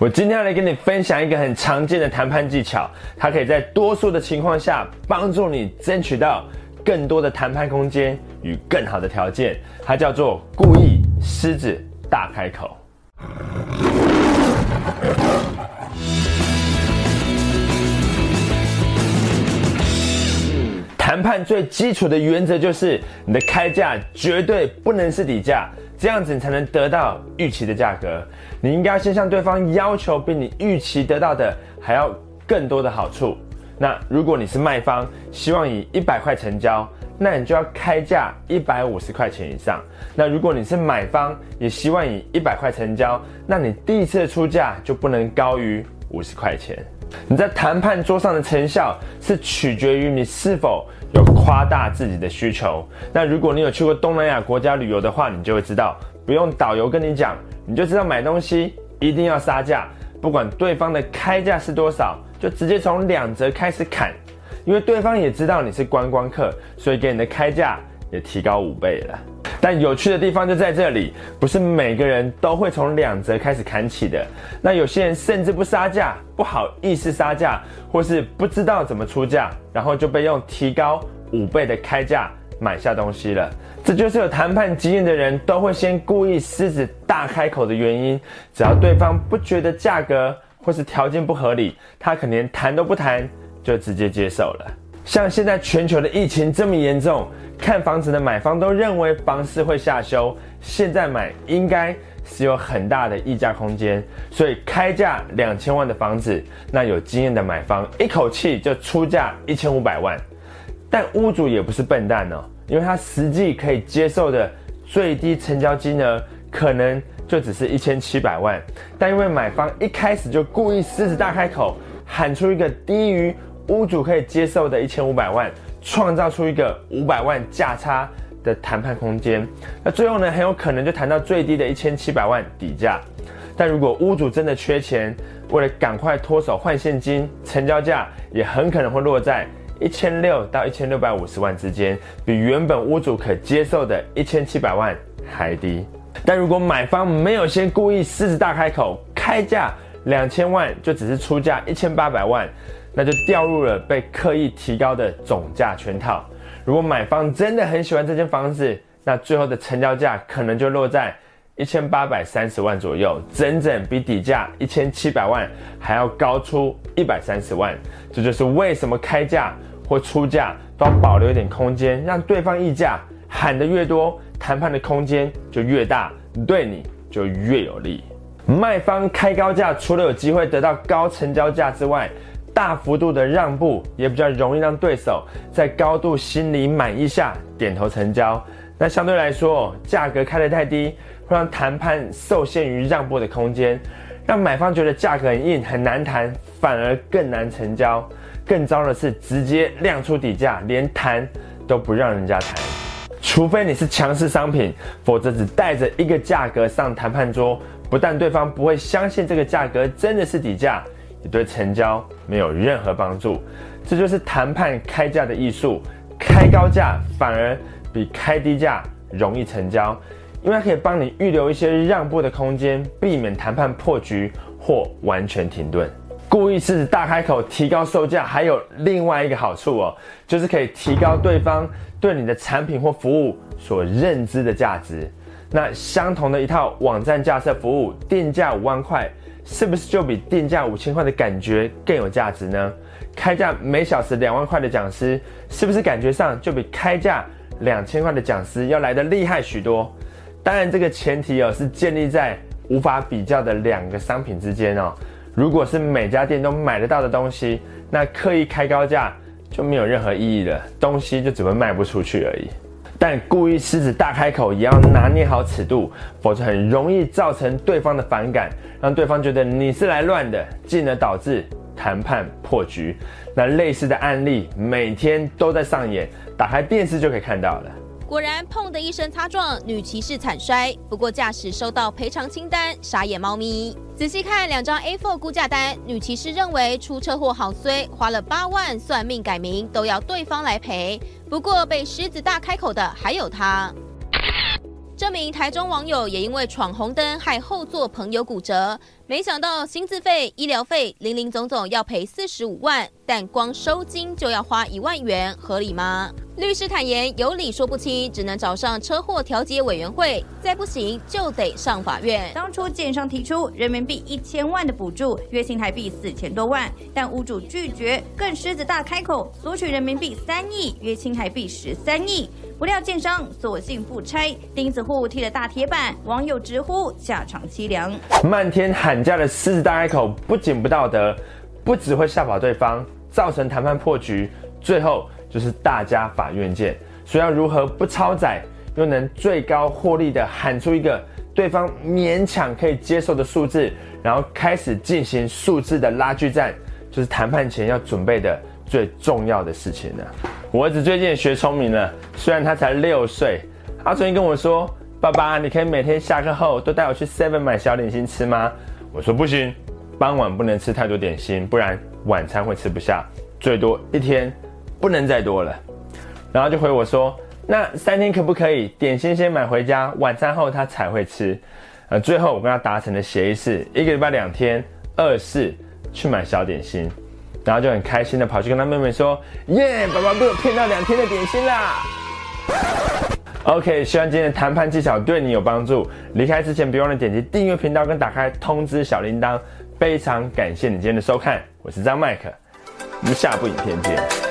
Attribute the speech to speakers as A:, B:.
A: 我今天要来跟你分享一个很常见的谈判技巧，它可以在多数的情况下帮助你争取到更多的谈判空间与更好的条件，它叫做故意狮子大开口。谈判最基础的原则就是你的开价绝对不能是底价，这样子你才能得到预期的价格。你应该要先向对方要求比你预期得到的还要更多的好处。那如果你是卖方，希望以100块成交，那你就要开价150块钱以上。那如果你是买方，也希望以100块成交，那你第一次的出价就不能高于50块钱。你在谈判桌上的成效是取决于你是否有夸大自己的需求。那如果你有去过东南亚国家旅游的话，你就会知道，不用导游跟你讲，你就知道买东西一定要杀价，不管对方的开价是多少，就直接从2折开始砍，因为对方也知道你是观光客，所以给你的开价也提高5倍了。但有趣的地方就在这里，不是每个人都会从2折开始砍起的。那有些人甚至不杀价，不好意思杀价，或是不知道怎么出价，然后就被用提高5倍的开价买下东西了。这就是有谈判经验的人都会先故意狮子大开口的原因。只要对方不觉得价格或是条件不合理，他可能连谈都不谈就直接接受了。像现在全球的疫情这么严重，看房子的买方都认为房市会下修，现在买应该是有很大的溢价空间，所以开价2000万的房子，那有经验的买方一口气就出价1500万。但屋主也不是笨蛋哦，因为他实际可以接受的最低成交金额可能就只是1700万，但因为买方一开始就故意狮子大开口，喊出一个低于屋主可以接受的1500万，创造出一个500万价差的谈判空间。那最后呢，很有可能就谈到最低的1700万底价。但如果屋主真的缺钱，为了赶快脱手换现金，成交价也很可能会落在1600到1650万之间，比原本屋主可接受的1700万还低。但如果买方没有先故意狮子大开口，开价2000万就只是出价1800万，那就掉入了被刻意提高的总价圈套。如果买方真的很喜欢这间房子，那最后的成交价可能就落在1830万左右，整整比底价1700万还要高出130万。这就是为什么开价或出价都要保留一点空间，让对方议价喊得越多，谈判的空间就越大，对你就越有利。卖方开高价，除了有机会得到高成交价之外，大幅度的让步也比较容易让对手在高度心理满意下点头成交。那相对来说，价格开得太低，会让谈判受限于让步的空间，让买方觉得价格很硬很难谈，反而更难成交。更糟的是，直接亮出底价，连谈都不让人家谈。除非你是强势商品，否则只带着一个价格上谈判桌，不但对方不会相信这个价格真的是底价，也对成交没有任何帮助。这就是谈判开价的艺术，开高价反而比开低价容易成交，因为它可以帮你预留一些让步的空间，避免谈判破局或完全停顿。故意狮子大开口提高售价还有另外一个好处哦，就是可以提高对方对你的产品或服务所认知的价值。那相同的一套网站架设服务，定价5万块，是不是就比定价5000块的感觉更有价值呢？开价每小时2万块的讲师，是不是感觉上就比开价2000块的讲师要来得厉害许多？当然这个前提是建立在无法比较的2个商品之间哦。如果是每家店都买得到的东西，那刻意开高价就没有任何意义了，东西就只会卖不出去而已。但故意狮子大开口也要拿捏好尺度，否则很容易造成对方的反感，让对方觉得你是来乱的，进而导致谈判破局。那类似的案例每天都在上演，打开电视就可以看到了。
B: 果然，砰的一声擦撞，女骑士惨摔。不过驾驶收到赔偿清单，傻眼猫咪。仔细看2张 A4 估价单，女骑士认为出车祸好衰，花了8万算命改名，都要对方来赔。不过被狮子大开口的还有她。这名台中网友也因为闯红灯害后座朋友骨折， 没想到薪资费、医疗费零零总总要赔45万，但光收金就要花1万元，合理吗？律师坦言有理说不清，只能找上车祸调解委员会，再不行就得上法院。
C: 当初建商提出人民币1000万的补助，约新台币4000多万，但屋主拒绝，更狮子大开口索取人民币3亿，约新台币13亿。不料建商索性不拆，钉子户踢了大铁板，网友直呼下场凄凉。
A: 漫天喊价的狮子大开口，不仅不道德，不只会吓跑对方，造成谈判破局，最后就是大家法院见。所以要如何不超载，又能最高获利的喊出一个对方勉强可以接受的数字，然后开始进行数字的拉锯战，就是谈判前要准备的最重要的事情了。我儿子最近也学聪明了，虽然他才6岁，他昨天跟我说：“爸爸，你可以每天下课后都带我去 7 买小点心吃吗？”我说：“不行，傍晚不能吃太多点心，不然晚餐会吃不下，最多1天，不能再多了。”然后就回我说：“那3天可不可以？点心先买回家，晚餐后他才会吃。”最后我跟他达成的协议是1个礼拜2天，24去买小点心。然后就很开心的跑去跟他妹妹说：“耶，爸爸被我骗到2天的点心啦！” OK， 希望今天的谈判技巧对你有帮助。离开之前别忘了点击订阅频道跟打开通知小铃铛。非常感谢你今天的收看，我是张麦克，我们下部影片见。